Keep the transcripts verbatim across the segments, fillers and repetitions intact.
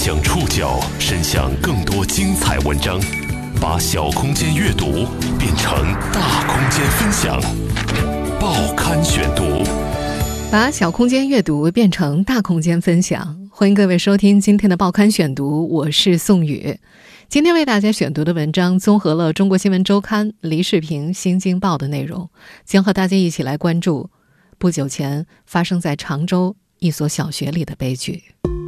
将触角伸向更多精彩文章，把小空间阅读变成大空间分享。报刊选读， 把小空间阅读变成大空间分享。欢迎各位收听今天的报刊选读，我是宋宇。今天为大家选读的文章综合了中国新闻周刊、梨视频、新京报的内容，将和大家一起来关注不久前发生在常州一所小学里的悲剧。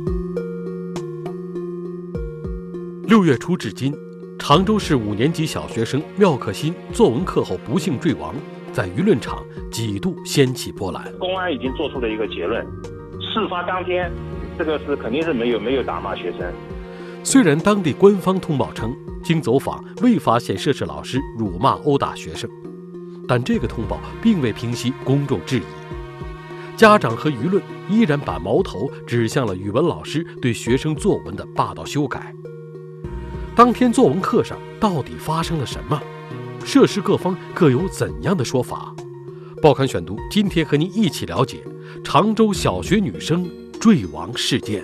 六月初至今，常州市五年级小学生廖可欣作文课后不幸坠亡，在舆论场几度掀起波澜。 公安已经做出了一个结论，事发当天，这个是肯定是没有没有打骂学生。 虽然当地官方通报称，经走访未发现涉事老师辱骂殴打学生，但这个通报并未平息公众质疑。家长和舆论依然把矛头指向了语文老师对学生作文的霸道修改。当天作文课上到底发生了什么？涉事各方各有怎样的说法？报刊选读今天和您一起了解常州小学女生坠亡事件。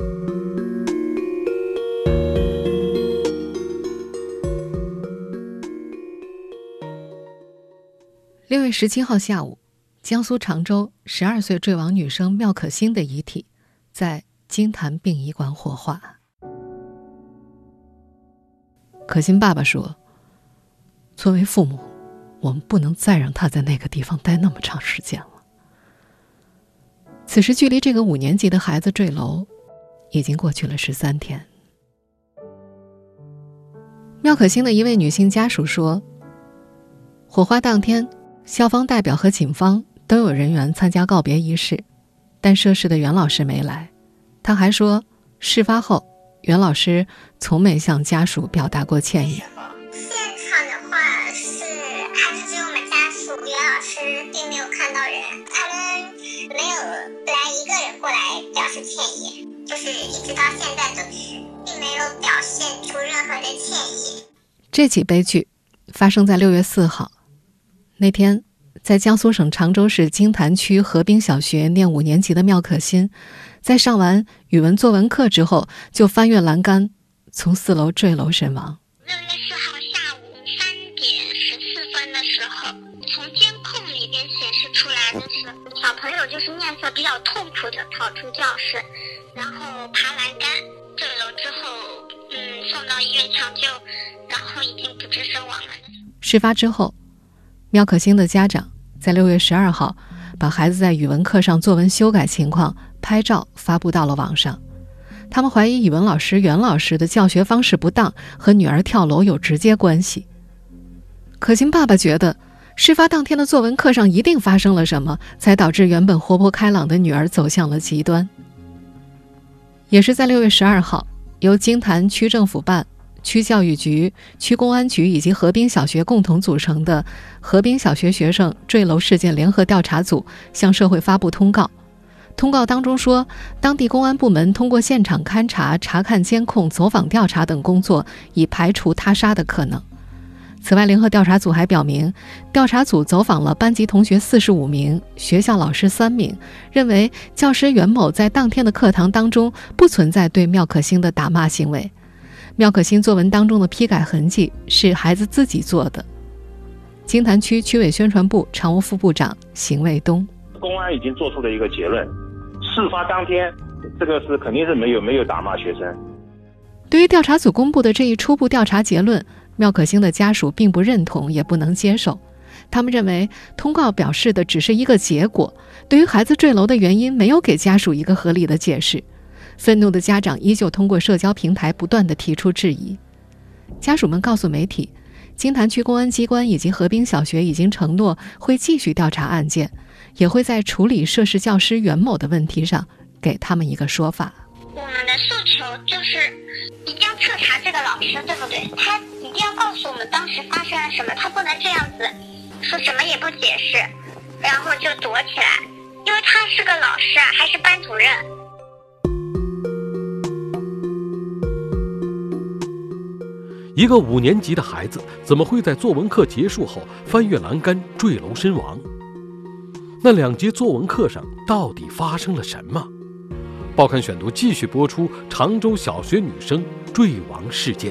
六月十七号下午，江苏常州十二岁坠亡女生廖可欣的遗体在金坛殡仪馆火化。可欣爸爸说，作为父母，我们不能再让她在那个地方待那么长时间了。此时距离这个五年级的孩子坠楼已经过去了十三天。廖可欣的一位女性家属说，火化当天，校方代表和警方都有人员参加告别仪式，但涉事的袁老师没来。他还说，事发后袁老师从没向家属表达过歉意。 现场的话是还是只有我们家属，袁老师并没有看到人，他们没有来一个人过来表示歉意，就是一直到现在都是并没有表现出任何的歉意。 这起悲剧发生在六月四号。那天，在江苏省常州市金坛区河滨小学念五年级的廖可欣，在上完语文作文课之后，就翻越栏杆，从四楼坠楼身亡。 六月四号下午三点十四分的时候，从监控里边显示出来的是小朋友就是面色比较痛苦的逃出教室，然后爬栏杆坠楼之后，嗯，送到医院抢救，然后已经不治身亡了。 事发之后，廖可欣的家长在六月十二号把孩子在语文课上作文修改情况拍照发布到了网上。他们怀疑语文老师袁老师的教学方式不当和女儿跳楼有直接关系。可欣爸爸觉得，事发当天的作文课上一定发生了什么，才导致原本活泼开朗的女儿走向了极端。也是在六月十二号，由金坛区政府办、区教育局、区公安局以及河滨小学共同组成的河滨小学学生坠楼事件联合调查组向社会发布通告。通告当中说，当地公安部门通过现场勘查、查看监控、走访调查等工作，以排除他杀的可能。此外，联合调查组还表明，调查组走访了班级同学四十五名，学校老师三名，认为教师袁某在当天的课堂当中不存在对廖可欣的打骂行为。廖可欣作文当中的批改痕迹是孩子自己做的。金坛区区委宣传部常务副部长邢卫东， 公安已经做出了一个结论，事发当天，这个是肯定是没有没有打骂学生。 对于调查组公布的这一初步调查结论，廖可欣的家属并不认同，也不能接受。他们认为通告表示的只是一个结果，对于孩子坠楼的原因没有给家属一个合理的解释。愤怒的家长依旧通过社交平台不断地提出质疑。家属们告诉媒体，金坛区公安机关以及河滨小学已经承诺会继续调查案件，也会在处理涉事教师袁某的问题上给他们一个说法。 我们的诉求就是一定要彻查这个老师，对不对？他一定要告诉我们当时发生了什么，他不能这样子说什么也不解释，然后就躲起来，因为他是个老师啊，还是班主任。 一个五年级的孩子怎么会在作文课结束后翻越栏杆坠楼身亡？那两节作文课上到底发生了什么？ 报刊选读继续播出常州小学女生坠亡事件。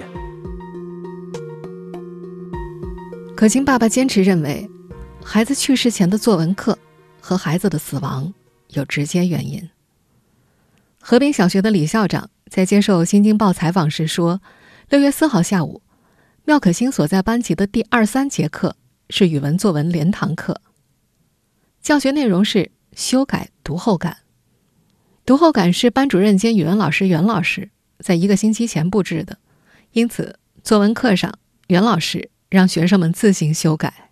可心爸爸坚持认为，孩子去世前的作文课和孩子的死亡有直接原因。河滨小学的李校长在接受《新京报》采访时说，六月四号下午，廖可欣所在班级的第二三节课是语文作文连堂课，教学内容是修改读后感。读后感是班主任兼语文老师袁老师在一个星期前布置的，因此作文课上袁老师让学生们自行修改。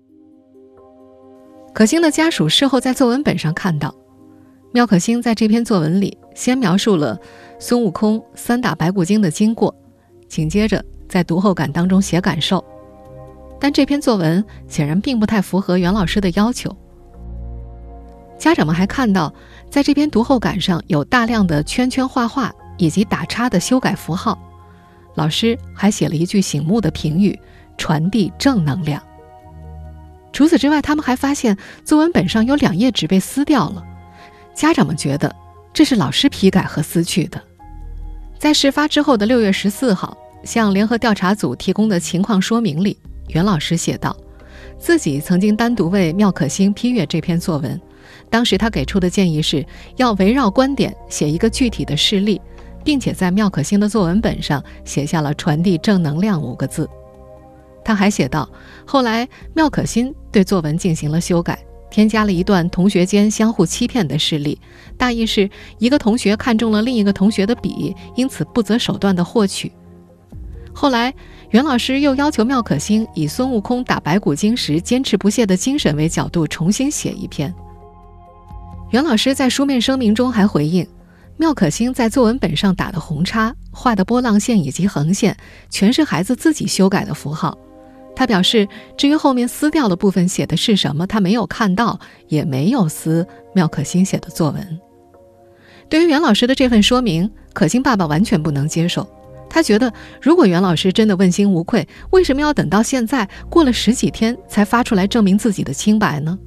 可欣的家属事后在作文本上看到，廖可欣在这篇作文里先描述了孙悟空三打白骨精的经过，紧接着在读后感当中写感受，但这篇作文显然并不太符合袁老师的要求。家长们还看到，在这篇读后感上有大量的圈圈画画以及打叉的修改符号，老师还写了一句醒目的评语：传递正能量。除此之外，他们还发现作文本上有两页纸被撕掉了，家长们觉得这是老师批改和撕去的。在事发之后的六月十四号，向联合调查组提供的情况说明里，袁老师写道，自己曾经单独为廖可欣批阅这篇作文，当时他给出的建议是要围绕观点写一个具体的事例，并且在廖可欣的作文本上写下了传递正能量五个字。他还写道，后来廖可欣对作文进行了修改，添加了一段同学间相互欺骗的事例，大意是一个同学看中了另一个同学的笔，因此不择手段的获取。后来袁老师又要求廖可欣以孙悟空打白骨精时坚持不懈的精神为角度重新写一篇。袁老师在书面声明中还回应，廖可欣在作文本上打的红叉、画的波浪线以及横线全是孩子自己修改的符号。他表示，至于后面撕掉的部分写的是什么，他没有看到，也没有撕廖可欣写的作文。对于袁老师的这份说明，可欣爸爸完全不能接受。他觉得，如果袁老师真的问心无愧，为什么要等到现在过了十几天才发出来证明自己的清白呢？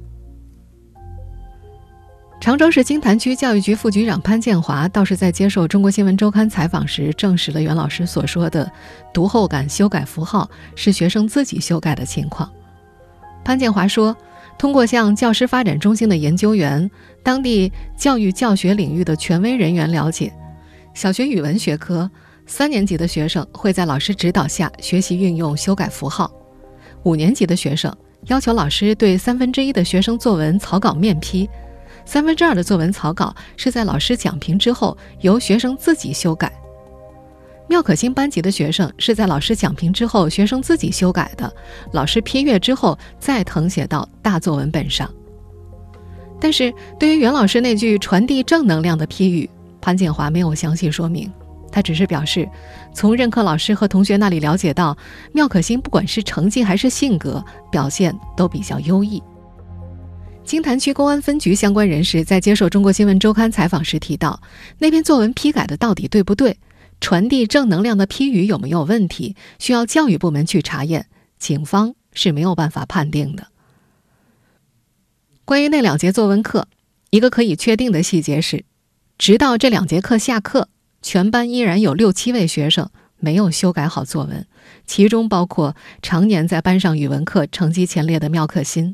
常州市金坛区教育局副局长潘建华倒是在接受中国新闻周刊采访时证实了袁老师所说的读后感修改符号是学生自己修改的情况。潘建华说，通过向教师发展中心的研究员、当地教育教学领域的权威人员了解，小学语文学科三年级的学生会在老师指导下学习运用修改符号，五年级的学生要求老师对三分之一的学生作文草稿面批，三分之二的作文草稿是在老师讲评之后由学生自己修改。廖可欣班级的学生是在老师讲评之后学生自己修改的，老师批阅之后再誊写到大作文本上。但是对于袁老师那句传递正能量的批语，潘建华没有详细说明，他只是表示，从任课老师和同学那里了解到，廖可欣不管是成绩还是性格表现都比较优异。金坛区公安分局相关人士在接受中国新闻周刊采访时提到，那篇作文批改的到底对不对，传递正能量的批语有没有问题，需要教育部门去查验，警方是没有办法判定的。关于那两节作文课，一个可以确定的细节是，直到这两节课下课，全班依然有六七位学生没有修改好作文，其中包括常年在班上语文课成绩前列的廖可欣。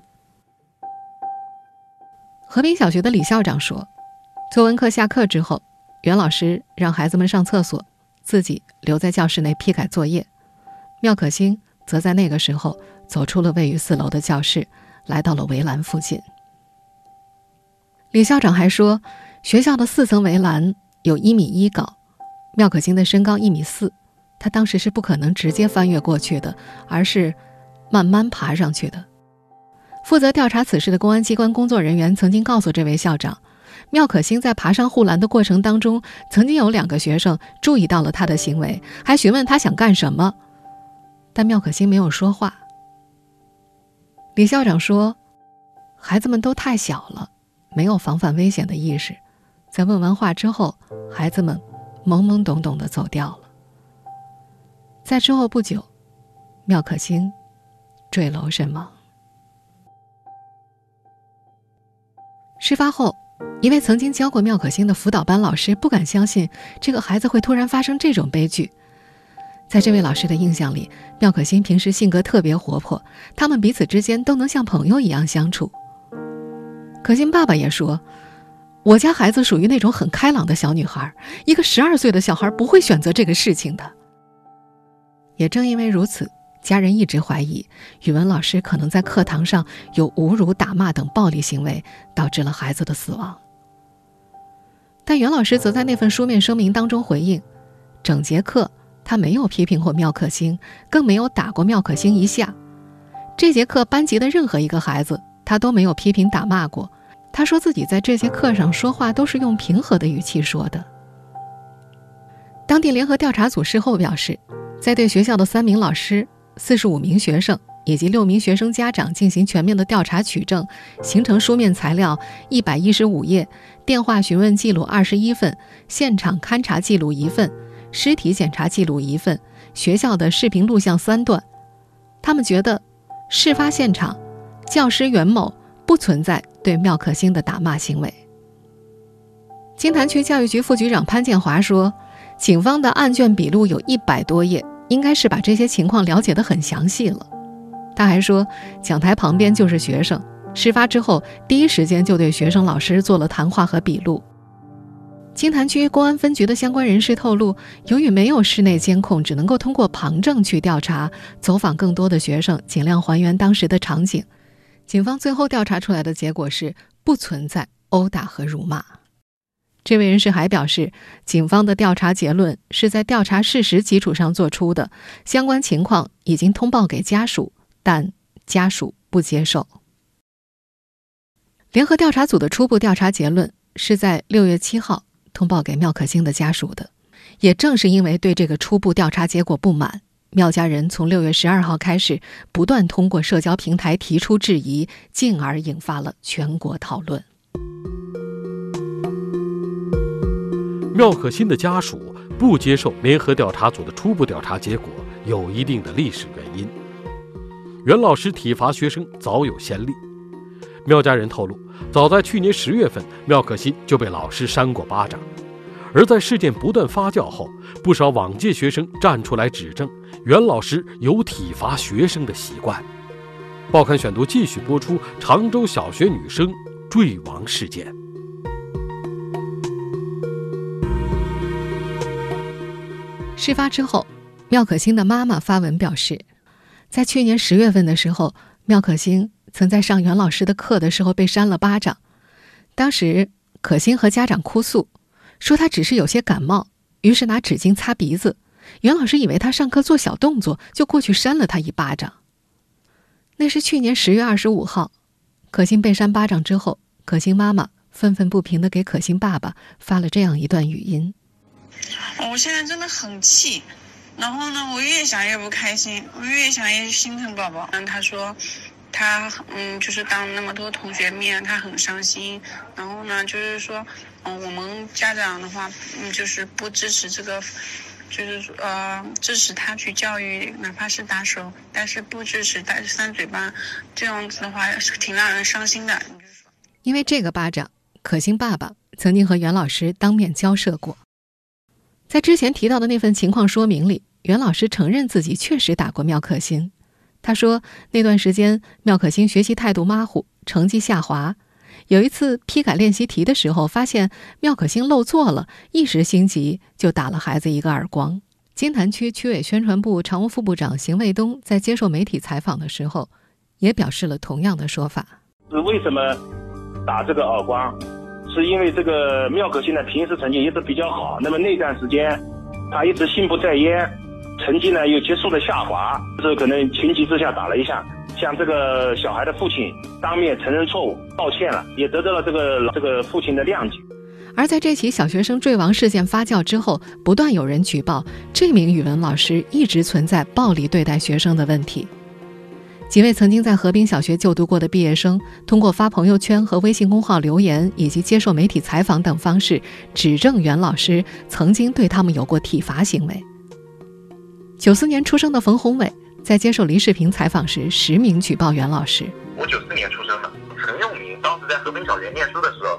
和平小学的李校长说，作文课下课之后，袁老师让孩子们上厕所，自己留在教室内批改作业。廖可欣则在那个时候走出了位于四楼的教室，来到了围栏附近。李校长还说，学校的四层围栏有一米一高，廖可欣的身高一米四，他当时是不可能直接翻越过去的，而是慢慢爬上去的。负责调查此事的公安机关工作人员曾经告诉这位校长，廖可欣在爬上护栏的过程当中，曾经有两个学生注意到了他的行为，还询问他想干什么，但廖可欣没有说话。李校长说，孩子们都太小了，没有防范危险的意识，在问完话之后，孩子们懵懵懂懂地走掉了。在之后不久，廖可欣坠楼身亡。事发后， 一位曾经教过妙可欣的辅导班老师不敢相信这个孩子会突然发生这种悲剧。在这位老师的印象里，妙可欣平时性格特别活泼，他们彼此之间都能像朋友一样相处。可欣爸爸也说，我家孩子属于那种很开朗的小女孩，一个十二岁的小孩不会选择这个事情的。也正因为如此，家人一直怀疑语文老师可能在课堂上有侮辱、打骂等暴力行为，导致了孩子的死亡。但袁老师则在那份书面声明当中回应，整节课他没有批评过妙可欣，更没有打过妙可欣一下。这节课班级的任何一个孩子他都没有批评打骂过，他说自己在这节课上说话都是用平和的语气说的。当地联合调查组事后表示，在对学校的三名老师、四十五名学生以及六名学生家长进行全面的调查取证，形成书面材料一百一十五页，电话询问记录二十一份，现场勘查记录一份，尸体检查记录一份，学校的视频录像三段。他们觉得事发现场教师袁某不存在对妙可欣的打骂行为。金坛区教育局副局长潘建华说，警方的案卷笔录有一百多页，应该是把这些情况了解得很详细了。他还说，讲台旁边就是学生，事发之后第一时间就对学生老师做了谈话和笔录。金坛区公安分局的相关人士透露，由于没有室内监控，只能够通过旁证去调查，走访更多的学生，尽量还原当时的场景。警方最后调查出来的结果是不存在殴打和辱骂。这位人士还表示，警方的调查结论是在调查事实基础上做出的，相关情况已经通报给家属，但家属不接受。联合调查组的初步调查结论是在六月七号通报给妙可欣的家属的。也正是因为对这个初步调查结果不满，妙家人从六月十二号开始不断通过社交平台提出质疑，进而引发了全国讨论。 妙可欣的家属不接受联合调查组的初步调查结果，有一定的历史原因。袁老师体罚学生早有先例。妙家人透露，早在去年十月份，妙可欣就被老师扇过巴掌。而在事件不断发酵后，不少往届学生站出来指证袁老师有体罚学生的习惯。报刊选读继续播出常州小学女生坠亡事件。 事发之后，妙可欣的妈妈发文表示，在去年十月份的时候，妙可欣曾在上袁老师的课的时候被扇了巴掌。当时可欣和家长哭诉，说她只是有些感冒，于是拿纸巾擦鼻子，袁老师以为她上课做小动作，就过去扇了她一巴掌。那是去年十月二十五号，可欣被扇巴掌之后，可欣妈妈愤愤不平地给可欣爸爸发了这样一段语音。 我现在真的很气，然后呢，我越想越不开心，我越想越心疼宝宝。嗯，他说，他嗯，就是当那么多同学面，他很伤心。然后呢，就是说，嗯，我们家长的话，嗯，就是不支持这个，就是呃，支持他去教育，哪怕是打手，但是不支持打扇嘴巴，这样子的话是挺让人伤心的。 因为这个巴掌，可欣爸爸曾经和袁老师当面交涉过。在之前提到的那份情况说明里，袁老师承认自己确实打过妙可欣。他说，那段时间妙可欣学习态度马虎，成绩下滑。有一次批改练习题的时候，发现妙可欣漏做了，一时心急就打了孩子一个耳光。金坛区区委宣传部常务副部长邢卫东在接受媒体采访的时候，也表示了同样的说法。 是为什么打这个耳光？是因为这个妙可欣呢平时成绩一直比较好，那么那段时间他一直心不在焉，成绩呢又急速的下滑，这可能情急之下打了一下，向这个小孩的父亲当面承认错误道歉了，也得到了这个这个父亲的谅解。 而在这起小学生坠亡事件发酵之后，不断有人举报这名语文老师一直存在暴力对待学生的问题。几位曾经在河滨小学就读过的毕业生，通过发朋友圈和微信公号留言，以及接受媒体采访等方式，指证袁老师曾经对他们有过体罚行为。九四年出生的冯宏伟在接受黎世平采访时实名举报袁老师。 我九四年出生的，很有名。当时在河滨小学念书的时候，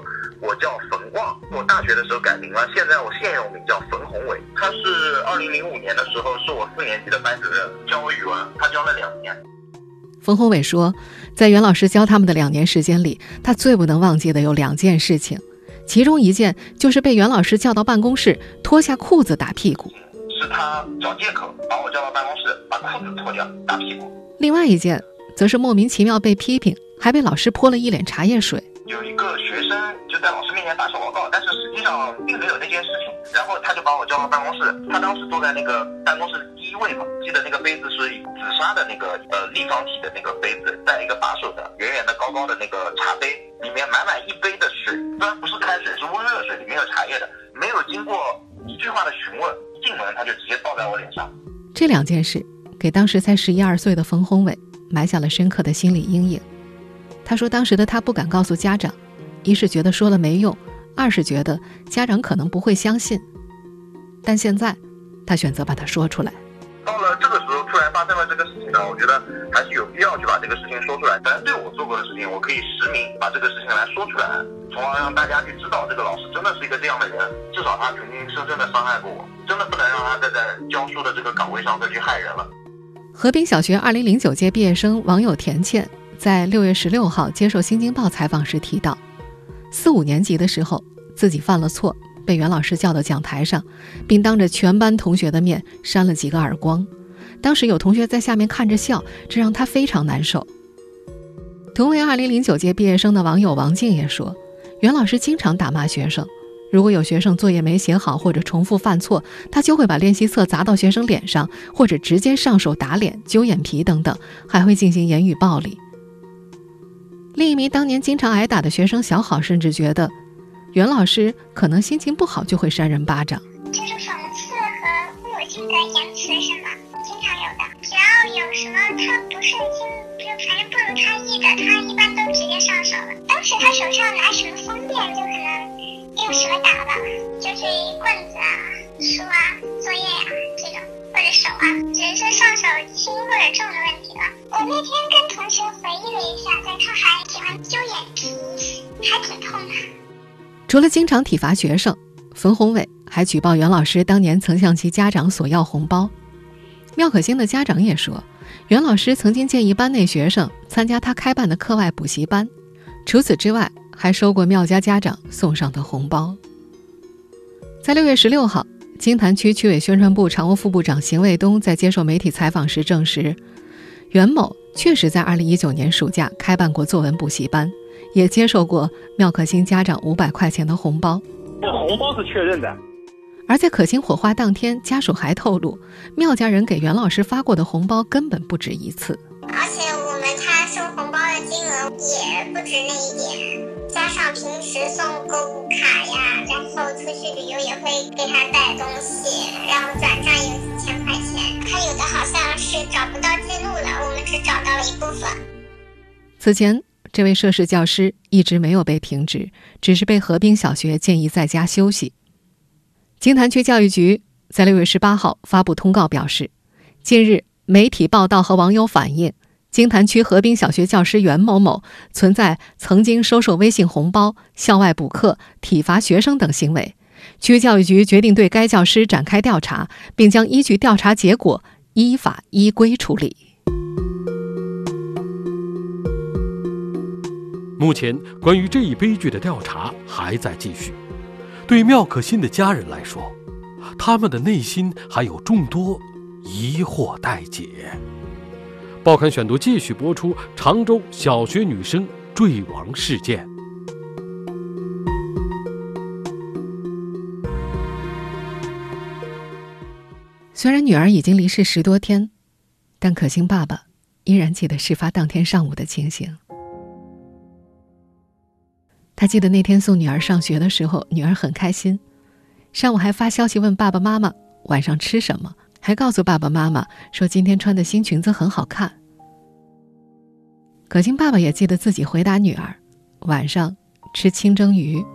我叫冯旺，我大学的时候改名了，现在我现有名叫冯宏伟。他是二零零五年的时候是我四年级的班主任，教我语文，他教了两年。 冯宏伟说，在袁老师教他们的两年时间里，他最不能忘记的有两件事情，其中一件就是被袁老师叫到办公室脱下裤子打屁股， 是他找借口把我叫到办公室，把裤子脱掉打屁股。 另外一件则是莫名其妙被批评，还被老师泼了一脸茶叶水。 有一个学生就在老师面前打小报告，但是实际上并没有那件事情，然后他就把我叫到办公室，他当时坐在那个办公室第一位嘛，记得那个杯子是紫砂的那个呃立方体的那个杯子，带一个把手的圆圆的高高的那个茶杯，里面满满一杯的水，虽然不是开水，是温热水，里面有茶叶的，没有经过一句话的询问，一进门他就直接倒在我脸上。 这两件事给当时才十一二岁的冯宏伟埋下了深刻的心理阴影。他说当时的他不敢告诉家长，一是觉得说了没用，二是觉得家长可能不会相信。但现在他选择把它说出来。 到了这个时候突然发生了这个事情呢，我觉得还是有必要去把这个事情说出来。反正对我做过的事情，我可以实名把这个事情来说出来，从而让大家去知道这个老师真的是一个这样的人，至少他曾经深深的伤害过我，真的不能让他再在教书的这个岗位上再去害人了。 河滨小学二零零九届毕业生网友田倩在六月十六号接受《新京报》采访时提到，四五年级的时候自己犯了错，被袁老师叫到讲台上，并当着全班同学的面扇了几个耳光。当时有同学在下面看着笑，这让他非常难受。同为二零零九届毕业生的网友王静也说，袁老师经常打骂学生，如果有学生作业没写好或者重复犯错，他就会把练习册砸到学生脸上，或者直接上手打脸、揪眼皮等等，还会进行言语暴力。另一名当年经常挨打的学生小好甚至觉得，袁老师可能心情不好就会扇人巴掌。 就是讽刺和恶心的言辞是吗？经常有的，只要有什么他不顺心，就反正不如他意的，他一般都直接上手了。当时他手上拿什么方便，就可能用什么打吧，就是棍子啊、书啊、作业啊这种，或者手啊，只是上手轻或者重的问题了。我那天跟同学回忆了一下，对，他还喜欢揪眼皮，还挺痛的。 除了经常体罚学生，冯宏伟还举报袁老师当年曾向其家长索要红包。廖可欣的家长也说，袁老师曾经建议班内学生参加他开办的课外补习班，除此之外还收过廖家家长送上的红包。在六月十六号，金坛区区委宣传部常务副部长邢卫东在接受媒体采访时证实，袁某确实在二零一九年暑假开办过作文补习班，也接受过廖可欣家长五百块钱的红包。 这红包是确认的。 而在可欣火化当天，家属还透露，廖家人给袁老师发过的红包根本不止一次。 而且我们他收红包的金额也不止那一点，加上平时送购物卡呀，然后出去旅游也会给他带东西，然后转账有几千块钱。他有的好像是找不到记录了，我们只找到了一部分。 此前，这位涉事教师一直没有被停职，只是被河滨小学建议在家休息。金坛区教育局在六月十八号发布通告表示，近日媒体报道和网友反映，金坛区河滨小学教师袁某某存在曾经收受微信红包、校外补课、体罚学生等行为。区教育局决定对该教师展开调查，并将依据调查结果依法依规处理。 目前关于这一悲剧的调查还在继续。对廖可欣的家人来说，他们的内心还有众多疑惑待解。报刊选读继续播出常州小学女生坠亡事件。 虽然女儿已经离世十多天，但可欣爸爸依然记得事发当天上午的情形。他记得那天送女儿上学的时候，女儿很开心，上午还发消息问爸爸妈妈晚上吃什么，还告诉爸爸妈妈说今天穿的新裙子很好看。可欣爸爸也记得自己回答女儿晚上吃清蒸鱼。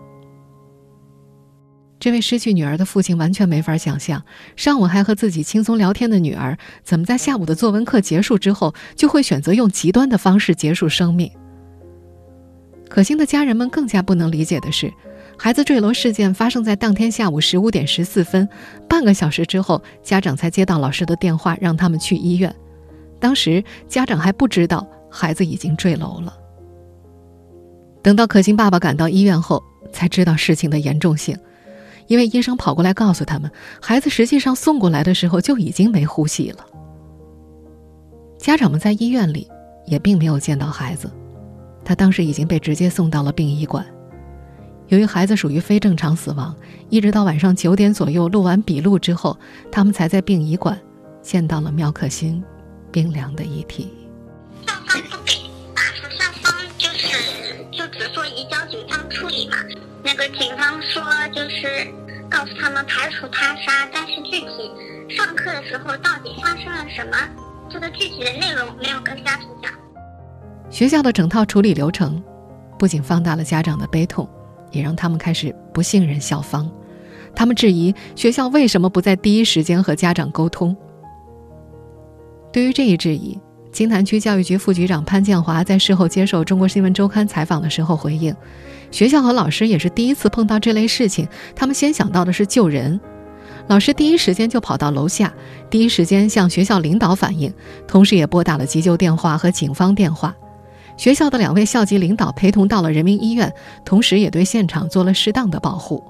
这位失去女儿的父亲完全没法想象，上午还和自己轻松聊天的女儿，怎么在下午的作文课结束之后就会选择用极端的方式结束生命。可欣的家人们更加不能理解的是， 孩子坠楼事件发生在当天下午十五点十四分，半个小时之后，家长才接到老师的电话，让他们去医院。当时家长还不知道孩子已经坠楼了。等到可心爸爸赶到医院后，才知道事情的严重性，因为医生跑过来告诉他们，孩子实际上送过来的时候就已经没呼吸了。家长们在医院里也并没有见到孩子，他当时已经被直接送到了殡仪馆。由于孩子属于非正常死亡，一直到晚上九点左右录完笔录之后，他们才在殡仪馆见到了苗可欣冰凉的遗体。 校方不给答复，校方就是就只说移交警方处理嘛。那个警方说就是告诉他们排除他杀，但是具体上课的时候到底发生了什么，这个具体的内容没有跟家属讲。 学校的整套处理流程不仅放大了家长的悲痛，也让他们开始不信任校方。他们质疑学校为什么不在第一时间和家长沟通。对于这一质疑，金坛区教育局副局长潘建华在事后接受中国新闻周刊采访的时候回应，学校和老师也是第一次碰到这类事情，他们先想到的是救人。老师第一时间就跑到楼下，第一时间向学校领导反映，同时也拨打了急救电话和警方电话。学校的两位校级领导陪同到了人民医院，同时也对现场做了适当的保护。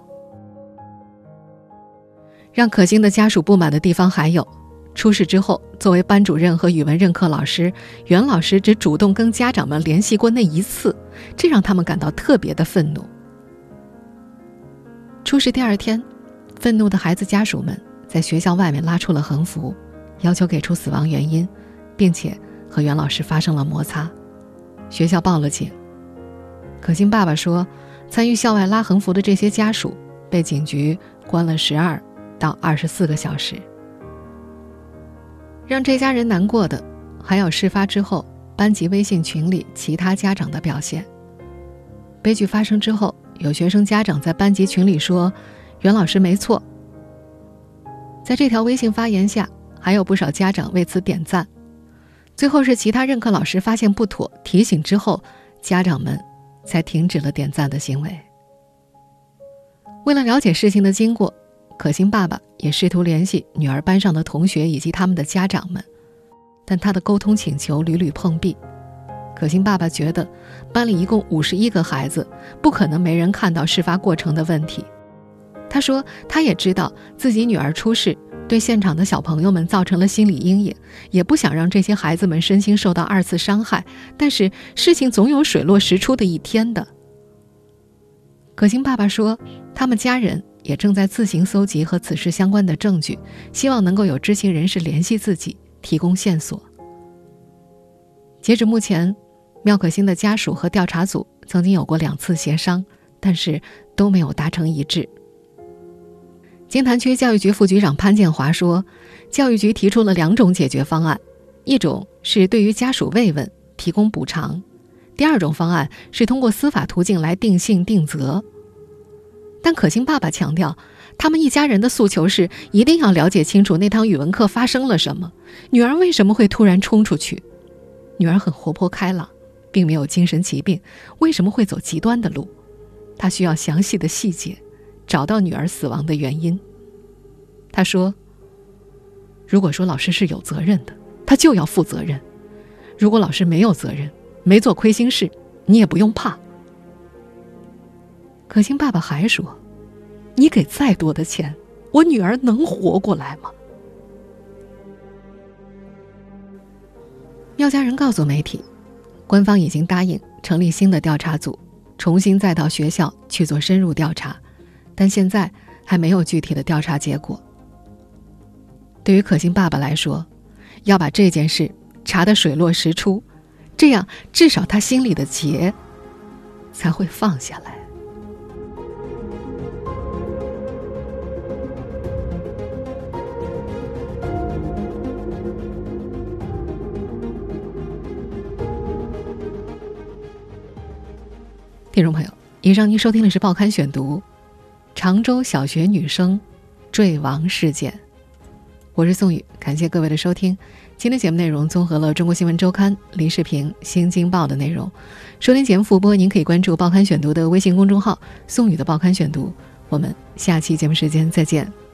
让可心的家属不满的地方还有，出事之后，作为班主任和语文任课老师，袁老师只主动跟家长们联系过那一次，这让他们感到特别的愤怒。出事第二天，愤怒的孩子家属们在学校外面拉出了横幅，要求给出死亡原因，并且和袁老师发生了摩擦。学校报了警。可心爸爸说，参与校外拉横幅的这些家属被警局关了十二到二十四个小时。让这家人难过的还有事发之后班级微信群里其他家长的表现。悲剧发生之后，有学生家长在班级群里说袁老师没错。在这条微信发言下，还有不少家长为此点赞。最后是其他任课老师发现不妥，提醒之后，家长们才停止了点赞的行为。为了了解事情的经过，可心爸爸也试图联系女儿班上的同学以及他们的家长们，但他的沟通请求屡屡碰壁。可心爸爸觉得班里一共五十一个孩子，不可能没人看到事发过程的问题。他说他也知道自己女儿出事对现场的小朋友们造成了心理阴影，也不想让这些孩子们身心受到二次伤害，但是事情总有水落石出的一天的。可心爸爸说，他们家人也正在自行搜集和此事相关的证据，希望能够有知情人士联系自己，提供线索。截止目前，苗可欣的家属和调查组曾经有过两次协商，但是都没有达成一致。金坛区教育局副局长潘建华说，教育局提出了两种解决方案，一种是对于家属慰问提供补偿，第二种方案是通过司法途径来定性定责。但可心爸爸强调，他们一家人的诉求是一定要了解清楚那堂语文课发生了什么，女儿为什么会突然冲出去。女儿很活泼开朗，并没有精神疾病，为什么会走极端的路？他需要详细的细节，找到女儿死亡的原因。他说，如果说老师是有责任的，他就要负责任；如果老师没有责任，没做亏心事，你也不用怕。可心爸爸还说，你给再多的钱，我女儿能活过来吗？苗家人告诉媒体，官方已经答应成立新的调查组，重新再到学校去做深入调查，但现在还没有具体的调查结果。对于可心爸爸来说，要把这件事查得水落石出，这样至少他心里的结才会放下来。听众朋友，以上您收听的是报刊选读，常州小学女生坠亡事件。我是宋宇，感谢各位的收听。 今天节目内容综合了中国新闻周刊、梨视频、新京报的内容。收听节目复播，您可以关注报刊选读的微信公众号宋宇的报刊选读。我们下期节目时间再见。